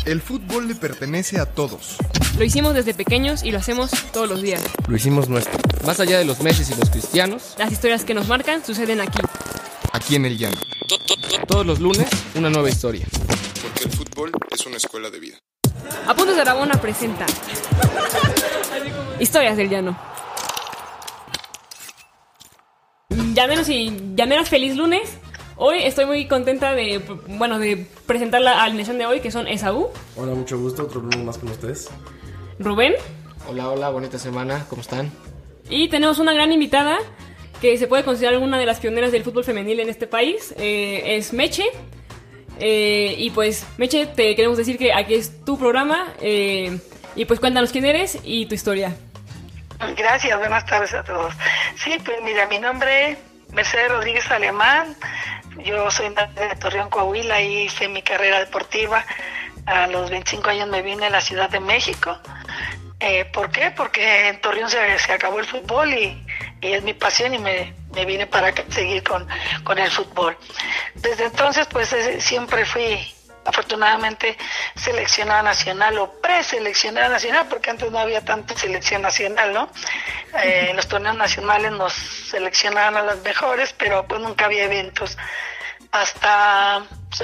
El fútbol le pertenece a todos. Lo hicimos desde pequeños y lo hacemos todos los días. Lo hicimos nuestro. Más allá de los Messi y los Cristianos, las historias que nos marcan suceden aquí. Aquí en El Llano. Todos los lunes, una nueva historia. Porque el fútbol es una escuela de vida. Apuntes de Aragona presenta Historias del Llano. Llameros, feliz lunes. Hoy estoy muy contenta de presentar la alineación de hoy, que son Esaú. Hola, mucho gusto, otro lunes más con ustedes. Rubén. Hola, bonita semana, ¿cómo están? Y tenemos una gran invitada que se puede considerar una de las pioneras del fútbol femenil en este país. Es Meche. Y pues, Meche, te queremos decir que aquí es tu programa. Y pues cuéntanos quién eres y tu historia. Gracias, buenas tardes a todos. Sí, pues mira, mi nombre es Mercedes Rodríguez Alemán. Yo soy de Torreón, Coahuila, y hice mi carrera deportiva. A los 25 años me vine a la Ciudad de México. ¿Por qué? Porque en Torreón se acabó el fútbol y es mi pasión, y me vine para acá a seguir con el fútbol. Desde entonces, pues siempre fui, afortunadamente, seleccionada nacional o preseleccionada nacional, porque antes no había tanta selección nacional, ¿no? En los torneos nacionales nos seleccionaban a las mejores, pero pues nunca había eventos hasta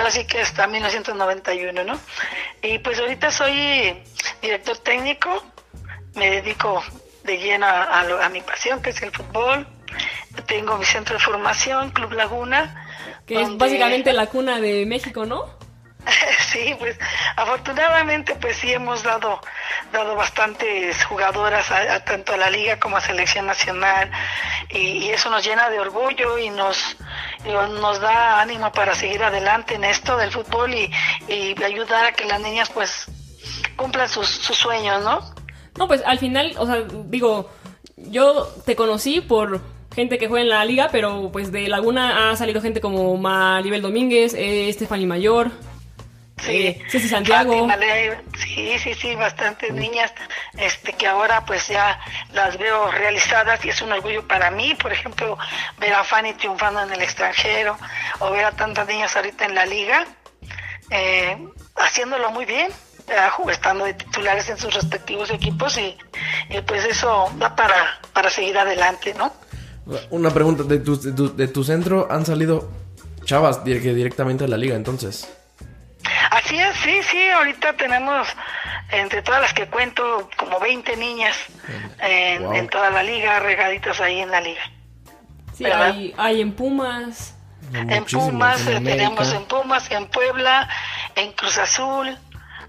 1991, ¿no? Y pues ahorita soy director técnico, me dedico de lleno a mi pasión, que es el fútbol. Tengo mi centro de formación, Club Laguna, que es básicamente la cuna de México, ¿no? Sí, pues afortunadamente pues sí hemos dado bastantes jugadoras tanto a la liga como a selección nacional, y eso nos llena de orgullo y nos da ánimo para seguir adelante en esto del fútbol y ayudar a que las niñas pues cumplan sus sueños, ¿no? No, pues al final, o sea, digo, yo te conocí por gente que juega en la liga, pero pues de Laguna ha salido gente como Maribel Domínguez, Estefany Mayor, Ceci Santiago. Sí, bastantes niñas que ahora pues ya las veo realizadas, y es un orgullo para mí, por ejemplo, ver a Fanny triunfando en el extranjero, o ver a tantas niñas ahorita en la liga, haciéndolo muy bien, estando de titulares en sus respectivos equipos, y pues eso da para seguir adelante, ¿no? Una pregunta, de tu centro han salido chavas directamente a la liga, entonces. Así es, sí, ahorita tenemos, entre todas las que cuento, como 20 niñas en toda la liga, regaditas ahí en la liga. Sí, hay en Pumas. En Pumas, tenemos en Pumas, en Puebla, en Cruz Azul,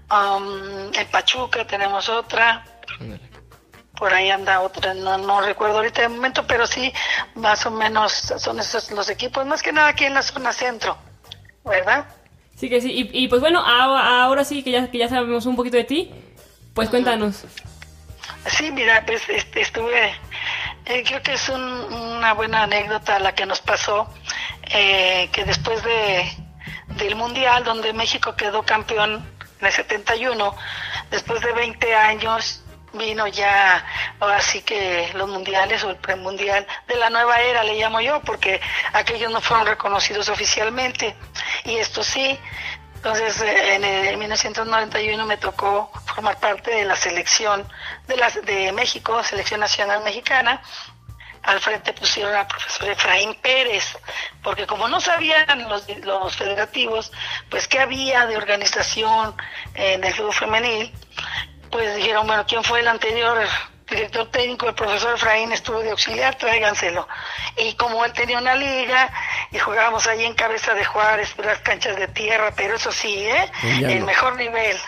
en Pachuca tenemos otra. Por ahí anda otra, no recuerdo ahorita de momento, pero sí, más o menos son esos los equipos, más que nada aquí en la zona centro, ¿verdad? Sí que sí, y pues bueno, ahora sí que ya sabemos un poquito de ti, pues cuéntanos. Sí, mira, pues estuve, creo que es una buena anécdota la que nos pasó, que después del Mundial, donde México quedó campeón en el 71, después de 20 años, vino ya, ahora sí que los mundiales o el premundial de la nueva era, le llamo yo, porque aquellos no fueron reconocidos oficialmente, y esto sí. Entonces en 1991 me tocó formar parte de la selección de México, selección nacional mexicana. Al frente pusieron al profesor Efraín Pérez, porque como no sabían los federativos pues qué había de organización en el fútbol femenil, pues dijeron, bueno, ¿quién fue el anterior director técnico? El profesor Efraín estuvo de auxiliar, tráiganselo. Y como él tenía una liga, y jugábamos ahí en Cabeza de Juárez, las canchas de tierra, pero eso sí, el mejor nivel.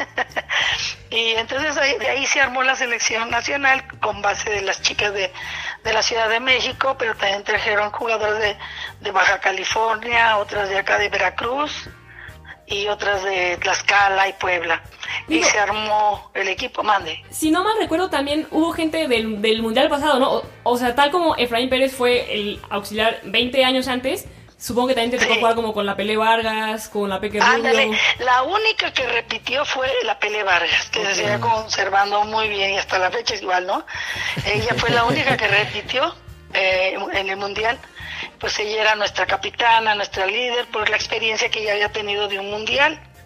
Y entonces de ahí se armó la selección nacional con base de las chicas de la Ciudad de México, pero también trajeron jugadores de Baja California, otras de acá de Veracruz, y otras de Tlaxcala y Puebla. Y se armó el equipo, mande. Si no mal recuerdo, también hubo gente del Mundial pasado, ¿no? O sea, tal como Efraín Pérez fue el auxiliar 20 años antes, supongo que también te tocó jugar como con la Pele Vargas, con la Peque Rubio. Ándale, la única que repitió fue la Pele Vargas, que se sigue conservando muy bien, y hasta la fecha es igual, ¿no? Ella fue la única que repitió en el Mundial. Pues ella era nuestra capitana, nuestra líder, por la experiencia que ella había tenido de un Mundial.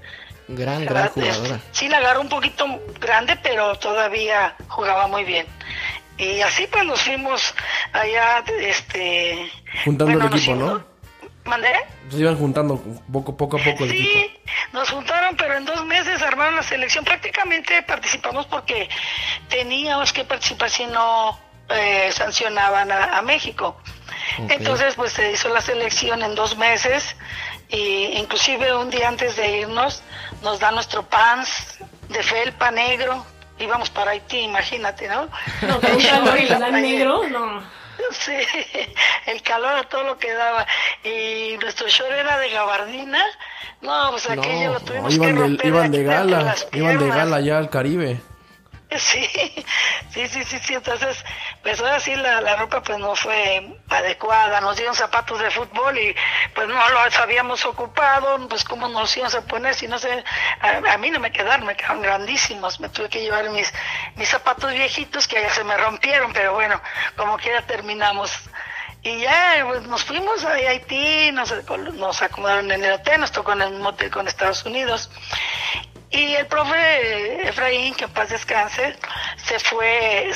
Gran jugadora. Sí, la agarró un poquito grande, pero todavía jugaba muy bien. Y así pues nos fuimos allá, Juntando el nos equipo, fuimos- ¿no? ¿Mandé? Se iban juntando poco a poco el equipo. Sí, nos juntaron, pero en 2 meses armaron la selección. Prácticamente participamos porque teníamos que participar si no sancionaban a México. Ok. Entonces, pues se hizo la selección en 2 meses y inclusive un día antes de irnos nos dan nuestro pants de felpa negro. Íbamos para Haití, imagínate, ¿no? No, con un calor y les dan Ahí- negro, no. Sí, el calor a todo lo que daba. Y nuestro short era de gabardina. No, pues aquello lo tuvimos que iban romper de aquí entre gala, las iban de piernas. gala ya al Caribe. Sí, sí. Entonces, pues ahora sí la ropa pues no fue adecuada. Nos dieron zapatos de fútbol y pues no los habíamos ocupado. Pues cómo nos íbamos a poner si no sé. A mí no me quedaron grandísimos. Me tuve que llevar mis zapatos viejitos que ya se me rompieron, pero bueno, como quiera terminamos. Y ya pues, nos fuimos a Haití, nos acomodaron en el hotel, nos tocó en el mismo hotel con Estados Unidos. Y el profe Efraín, que en paz descanse, se fue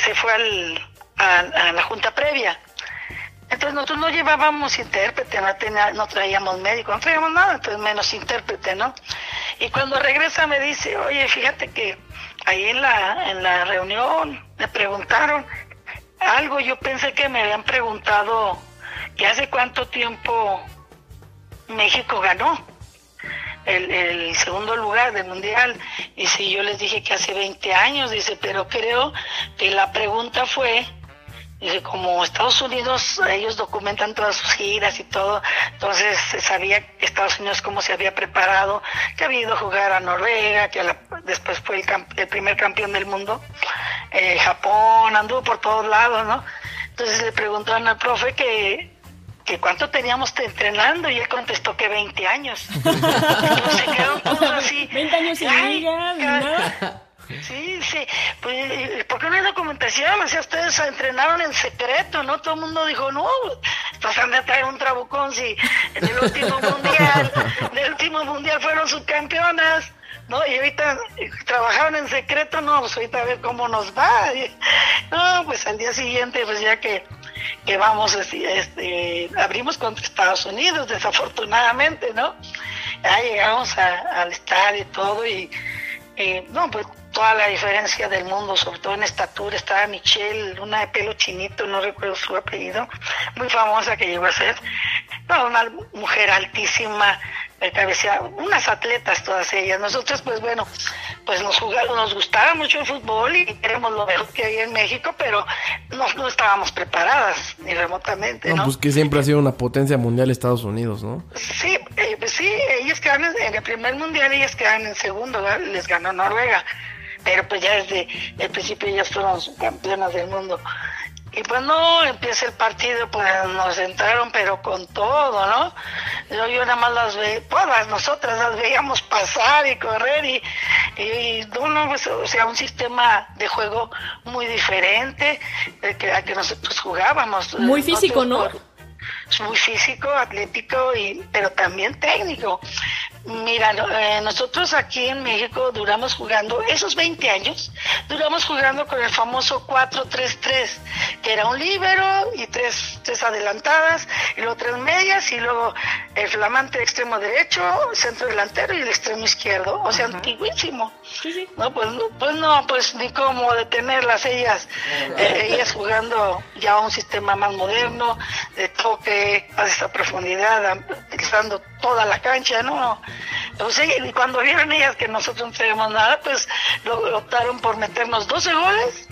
a la junta previa. Entonces nosotros no llevábamos intérprete, no traíamos médico, no traíamos nada, entonces menos intérprete, ¿no? Y cuando regresa me dice, oye, fíjate que ahí en la reunión me preguntaron algo, yo pensé que me habían preguntado que hace cuánto tiempo México ganó el segundo lugar del mundial. Y si yo les dije que hace 20 años, dice, pero creo que la pregunta fue, dice, como Estados Unidos, ellos documentan todas sus giras y todo, entonces se sabía que Estados Unidos cómo se había preparado, que había ido a jugar a Noruega, que después fue el primer campeón del mundo, Japón, anduvo por todos lados, ¿no? Entonces le preguntaron al profe que cuánto teníamos entrenando y él contestó que 20 años. Entonces se quedaron todos así. 20 años sin Ay, liga, ni nada. Sí, pues, ¿por qué no hay documentación? O sea, ustedes entrenaron en secreto, ¿no? Todo el mundo dijo, no, pues han de traer un trabucón si en el último mundial fueron subcampeonas, ¿no? Y ahorita trabajaron en secreto, no, pues ahorita a ver cómo nos va. No, pues al día siguiente, pues ya que vamos, abrimos contra Estados Unidos, desafortunadamente, ¿no? Ya llegamos al estadio y todo, y no, pues toda la diferencia del mundo, sobre todo en estatura. Estaba Michelle, una de pelo chinito, no recuerdo su apellido, muy famosa que llegó a ser, no, una mujer altísima, cabeceada, unas atletas todas ellas. Nosotros pues bueno, pues nos gustaba mucho el fútbol y queremos lo mejor que hay en México, pero no estábamos preparadas ni remotamente, ¿no? No, pues que siempre ha sido una potencia mundial Estados Unidos, ¿no? Sí, pues sí, ellas quedaron en el primer mundial, ellas quedaron en segundo, ¿verdad? Les ganó Noruega, pero pues ya desde el principio ellas fueron campeonas del mundo. Y pues no, empieza el partido, pues nos entraron pero con todo, ¿no? Yo nada más las veía, todas nosotras las veíamos pasar y correr y no, pues, o sea, un sistema de juego muy diferente a que nosotros jugábamos. Muy físico, ¿no? Muy físico, atlético, pero también técnico. Mira, nosotros aquí en México duramos jugando, esos 20 años, duramos jugando con el famoso 4-3-3, que era un líbero y tres adelantadas, y luego 3 medias, y luego el flamante extremo derecho, centro delantero y el extremo izquierdo. O sea, antiguísimo. Sí. No, pues ni cómo detenerlas ellas jugando ya un sistema más moderno, de toque, a esa profundidad, utilizando toda la cancha, ¿no? O sea, y cuando vieron ellas que nosotros no teníamos nada, pues optaron por meternos 12 goles,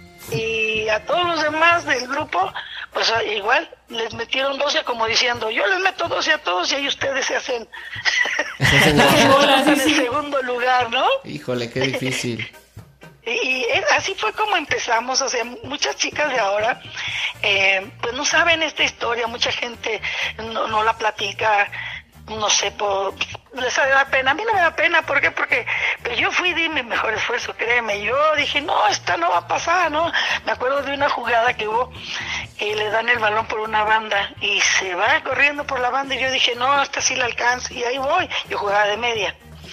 y a todos los demás del grupo, pues igual les metieron 12, como diciendo, yo les meto 12 a todos y ahí ustedes se hacen en el segundo lugar, ¿no? Híjole, qué difícil. Y así fue como empezamos. O sea, muchas chicas de ahora pues no saben esta historia, mucha gente no la platica, no sé, les da pena. A mí no me da pena, ¿por qué? Porque pues yo di mi mejor esfuerzo, créeme. Yo dije, no, esta no va a pasar, ¿no? Me acuerdo de una jugada que hubo, y le dan el balón por una banda y se va corriendo por la banda, y yo dije, no, esta sí la alcanzo, y ahí voy. Yo jugaba de media.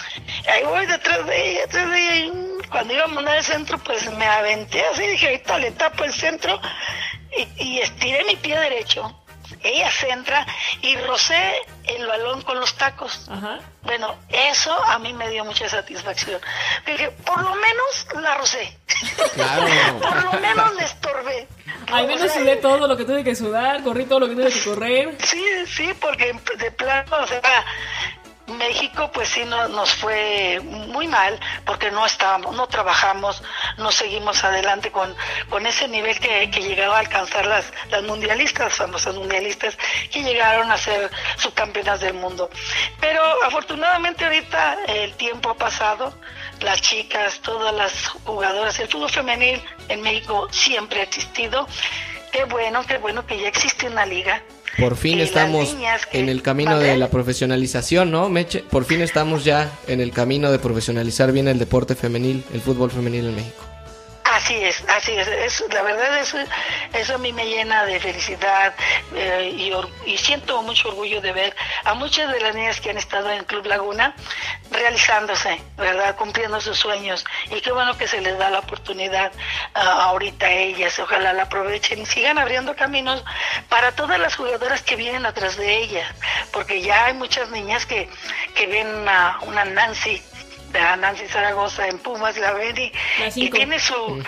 Ahí voy detrás de ella, y cuando iba a mandar el centro, pues me aventé así, dije, ahorita le tapo el centro, y estiré mi pie derecho. Ella centra y rocé el balón con los tacos. Ajá. Bueno, eso a mí me dio mucha satisfacción. Dije, por lo menos la rocé. Claro. Por lo menos le estorbé. Al menos sudé todo lo que tuve que sudar, corrí todo lo que tuve que correr. Sí, porque de plano, o sea, México pues sí nos fue muy mal porque no trabajamos, no seguimos adelante con ese nivel que llegaba a alcanzar las mundialistas, famosas mundialistas que llegaron a ser subcampeonas del mundo. Pero afortunadamente ahorita el tiempo ha pasado, las chicas, todas las jugadoras, el fútbol femenil en México siempre ha existido. Qué bueno que ya existe una liga. Por fin estamos en el camino de la profesionalización, ¿no, Meche? Por fin estamos ya en el camino de profesionalizar bien el deporte femenil, el fútbol femenil en México. Así es, la verdad eso a mí me llena de felicidad y siento mucho orgullo de ver a muchas de las niñas que han estado en Club Laguna realizándose, ¿verdad? Cumpliendo sus sueños, y qué bueno que se les da la oportunidad ahorita a ellas, ojalá la aprovechen y sigan abriendo caminos para todas las jugadoras que vienen atrás de ellas, porque ya hay muchas niñas que ven a una Nancy Zaragoza en Pumas, la ven y tiene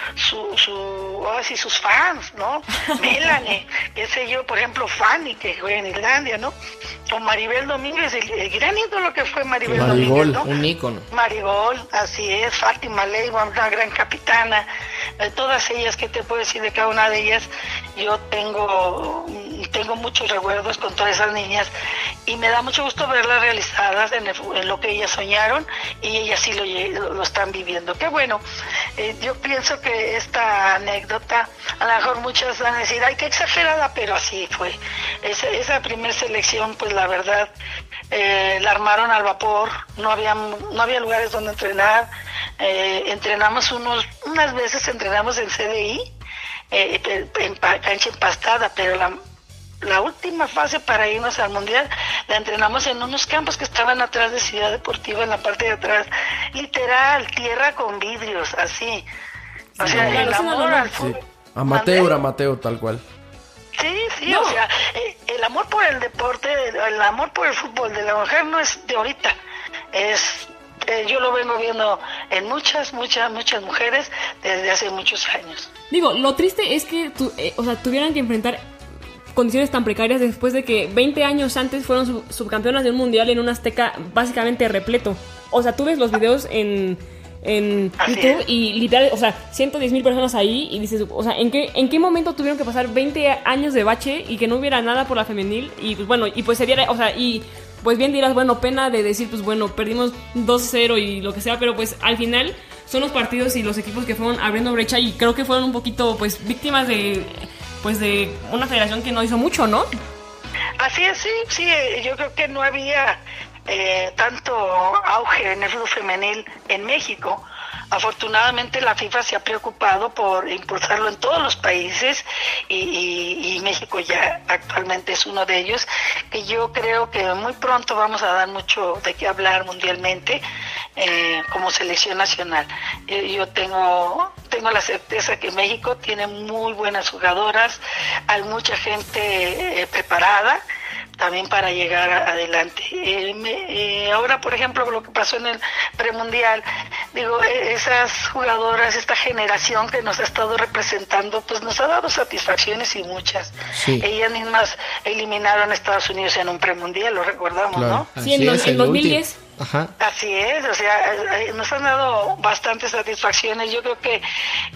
sus fans, ¿no? Melanie, qué sé yo, por ejemplo, Fanny, que juega en Islandia, ¿no? O Maribel Domínguez, el gran ídolo que fue Maribel Domínguez, ¿no? Un ícono. Marigol, así es, Fátima Leiva, una gran capitana, todas ellas, ¿qué te puedo decir de cada una de ellas? Yo tengo muchos recuerdos con todas esas niñas y me da mucho gusto verlas realizadas en lo que ellas soñaron, y ellas sí lo están viviendo. Qué bueno. Yo pienso que esta anécdota, a lo mejor muchas van a decir, ay, qué exagerada, pero así fue. Esa primera selección, pues la verdad, la armaron al vapor, no había lugares donde entrenar, entrenamos unas veces entrenamos en CDI, en cancha empastada, pero la última fase para irnos al mundial la entrenamos en unos campos que estaban atrás de Ciudad Deportiva, en la parte de atrás, literal, tierra con vidrios, así. O sea, el amor al fútbol. Sí. Amateur, tal cual. Sí, no. O sea, el amor por el deporte, el amor por el fútbol de la mujer no es de ahorita, yo lo vengo viendo en muchas mujeres desde hace muchos años. Digo, lo triste es que tuvieran que enfrentar condiciones tan precarias después de que 20 años antes fueron subcampeonas de un mundial en un Azteca básicamente repleto. O sea, tú ves los videos en YouTube y literal, o sea, 110,000 personas ahí y dices, o sea, ¿en qué momento tuvieron que pasar 20 años de bache y que no hubiera nada por la femenil? Y pues bueno, y pues sería, o sea, y pues bien dirás, bueno, pena de decir, pues bueno, perdimos 2-0 y lo que sea, pero pues al final son los partidos y los equipos que fueron abriendo brecha, y creo que fueron un poquito pues víctimas de una federación que no hizo mucho, ¿no? Así es, sí, yo creo que no había tanto auge en el fútbol femenil en México. Afortunadamente la FIFA se ha preocupado por impulsarlo en todos los países y México ya actualmente es uno de ellos, que yo creo que muy pronto vamos a dar mucho de qué hablar mundialmente como selección nacional. Yo tengo la certeza que México tiene muy buenas jugadoras, hay mucha gente preparada también para llegar adelante. Ahora, por ejemplo, lo que pasó en el premundial, digo, esas jugadoras, esta generación que nos ha estado representando, pues nos ha dado satisfacciones y muchas. Sí. Ellas mismas eliminaron a Estados Unidos en un premundial, lo recordamos, claro, ¿no? Sí, en 2010. Ajá. Así es, o sea, nos han dado bastantes satisfacciones. Yo creo que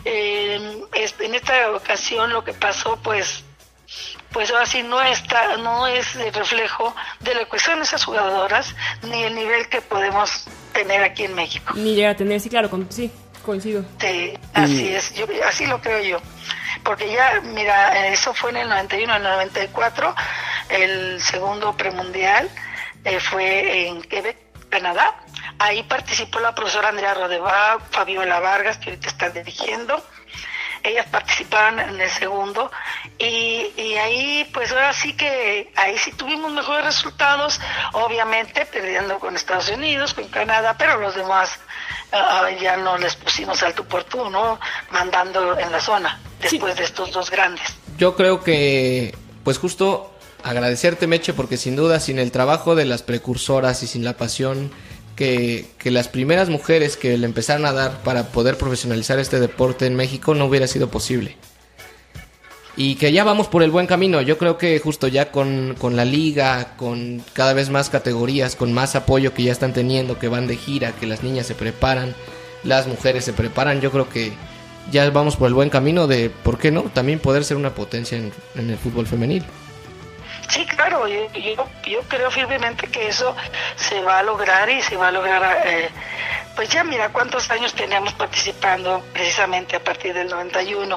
en esta ocasión lo que pasó, pues ahora sí no es el reflejo de lo que son esas jugadoras, ni el nivel que podemos tener aquí en México. Ni llegar a tener, sí, claro, sí, coincido. Sí, así es, así lo creo yo. Porque ya, mira, eso fue en el 91, en el 94, el segundo premundial fue en Quebec, Canadá. Ahí participó la profesora Andrea Rodeva, Fabiola Vargas, que ahorita está dirigiendo. ellas participaron en el segundo y ahí pues ahora sí que ahí sí tuvimos mejores resultados, obviamente perdiendo con Estados Unidos, con Canadá, pero los demás ya no les pusimos al tú por tú, ¿no? Mandando en la zona después de estos dos grandes. Yo creo que pues justo agradecerte, Meche, porque sin duda sin el trabajo de las precursoras y sin la pasión que las primeras mujeres que le empezaron a dar para poder profesionalizar este deporte en México no hubiera sido posible. Y que ya vamos por el buen camino. Yo creo que justo ya con la liga, con cada vez más categorías, con más apoyo que ya están teniendo, que van de gira, que las niñas se preparan, las mujeres se preparan, yo creo que ya vamos por el buen camino de, ¿por qué no?, también poder ser una potencia en el fútbol femenil. Sí, claro, yo creo firmemente que eso se va a lograr y se va a lograr, pues ya mira cuántos años teníamos participando precisamente a partir del 91,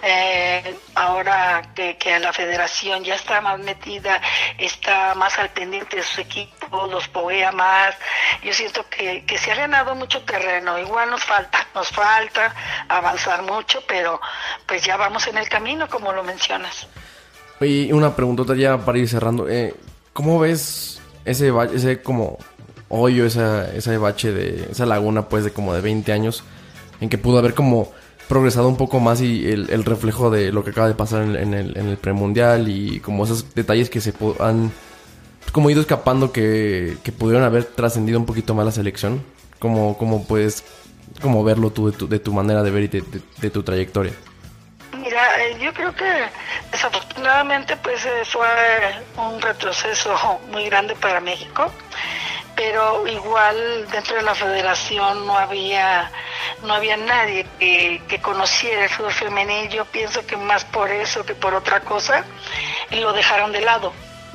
ahora que la federación ya está más metida, está más al pendiente de sus equipos, los foguea más, yo siento que se ha ganado mucho terreno, igual nos falta avanzar mucho, pero pues ya vamos en el camino como lo mencionas. Y una preguntota ya para ir cerrando. ¿Cómo ves ese como hoyo, ese bache de esa laguna pues de como de 20 años en que pudo haber como progresado un poco más y el reflejo de lo que acaba de pasar en el premundial y como esos detalles que se han como ido escapando que pudieron haber trascendido un poquito más la selección? ¿Cómo puedes como verlo tú de tu manera de ver y de tu trayectoria? Mira, yo creo que desafortunadamente pues fue un retroceso muy grande para México, pero igual dentro de la federación no había nadie que conociera el fútbol femenil. Yo pienso que más por eso que por otra cosa, y lo dejaron de lado.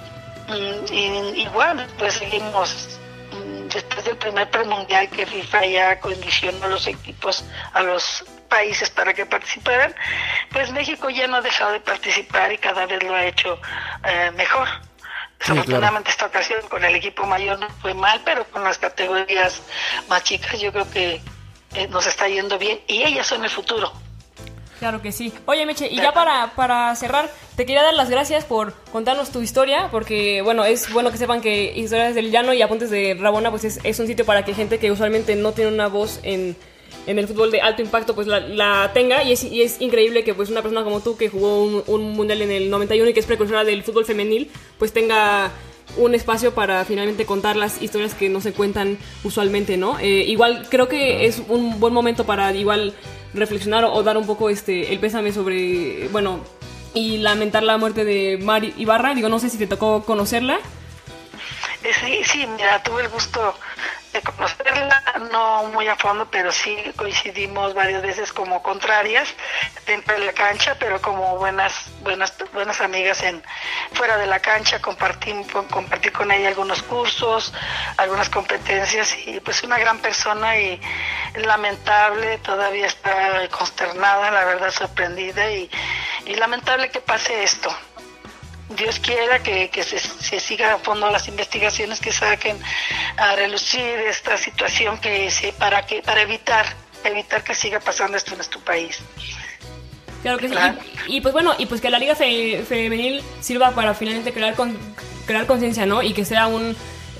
Igual pues seguimos después del primer premundial que FIFA ya condicionó a los equipos, a los países para que participaran, pues México ya no ha dejado de participar y cada vez lo ha hecho mejor. Desafortunadamente esta ocasión con el equipo mayor no fue mal, pero con las categorías más chicas yo creo que nos está yendo bien y ellas son el futuro. Claro que sí. Oye, Meche, y ya para cerrar, te quería dar las gracias por contarnos tu historia, porque, bueno, es bueno que sepan que Historias del Llano y Apuntes de Rabona, pues es un sitio para que gente que usualmente no tiene una voz en el fútbol de alto impacto, pues la tenga, y es increíble que pues una persona como tú, que jugó un mundial en el 91 y que es precursora del fútbol femenil, pues tenga un espacio para finalmente contar las historias que no se cuentan usualmente, ¿no? Igual creo que es un buen momento para igual reflexionar o dar un poco el pésame sobre, bueno, y lamentar la muerte de Mar Ibarra. Digo, no sé si te tocó conocerla. Sí, mira, tuve el gusto de conocerla, no muy a fondo, pero sí coincidimos varias veces como contrarias dentro de la cancha, pero como buenas amigas fuera de la cancha. Compartí con ella algunos cursos, algunas competencias, y pues una gran persona y lamentable, todavía está consternada, la verdad sorprendida, y lamentable que pase esto. Dios quiera que se siga a fondo las investigaciones, que saquen a relucir esta situación para evitar que siga pasando esto en nuestro país. Claro que sí. Y pues bueno, y pues que la Liga Femenil sirva para finalmente crear conciencia, ¿no? Y que sea un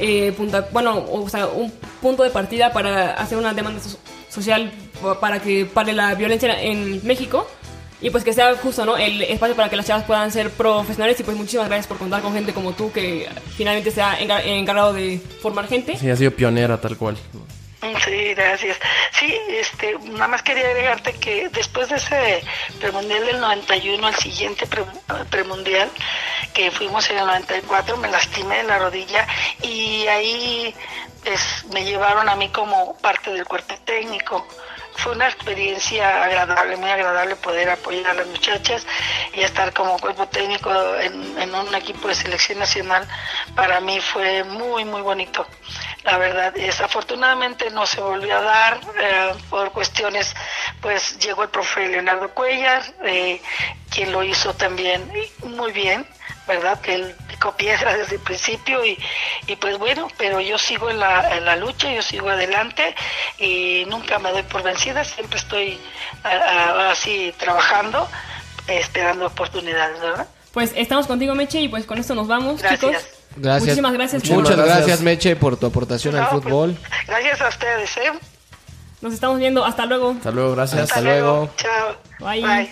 punto de partida para hacer una demanda social para que pare la violencia en México. Y pues que sea justo, ¿no?, el espacio para que las chavas puedan ser profesionales. Y pues muchísimas gracias por contar con gente como tú, que finalmente se ha encargado de formar gente. Sí, ha sido pionera tal cual. Sí, gracias. Sí, nada más quería agregarte que después de ese premundial del 91, el siguiente premundial que fuimos en el 94, me lastimé la rodilla y ahí pues me llevaron a mí como parte del cuerpo técnico. Fue una experiencia agradable, muy agradable poder apoyar a las muchachas y estar como cuerpo técnico en un equipo de selección nacional. Para mí fue muy, muy bonito. La verdad, desafortunadamente no se volvió a dar por cuestiones, pues llegó el profe Leonardo Cuellar, quien lo hizo también muy bien, ¿verdad? Que él pico piedra desde el principio y pues bueno, pero yo sigo en la lucha, yo sigo adelante y nunca me doy por vencida, siempre estoy así trabajando, esperando oportunidades, ¿verdad? Pues estamos contigo, Meche, y pues con esto nos vamos, Gracias. chicos. Gracias. Muchísimas gracias. Muchas gracias, Meche, por tu aportación al No, pues, fútbol. gracias a ustedes, ¿eh? Nos estamos viendo. Hasta luego. Hasta luego, gracias. Hasta luego. Chao. Bye. Bye.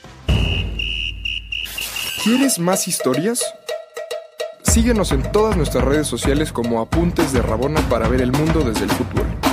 ¿Quieres más historias? Síguenos en todas nuestras redes sociales como Apuntes de Rabona para ver el mundo desde el fútbol.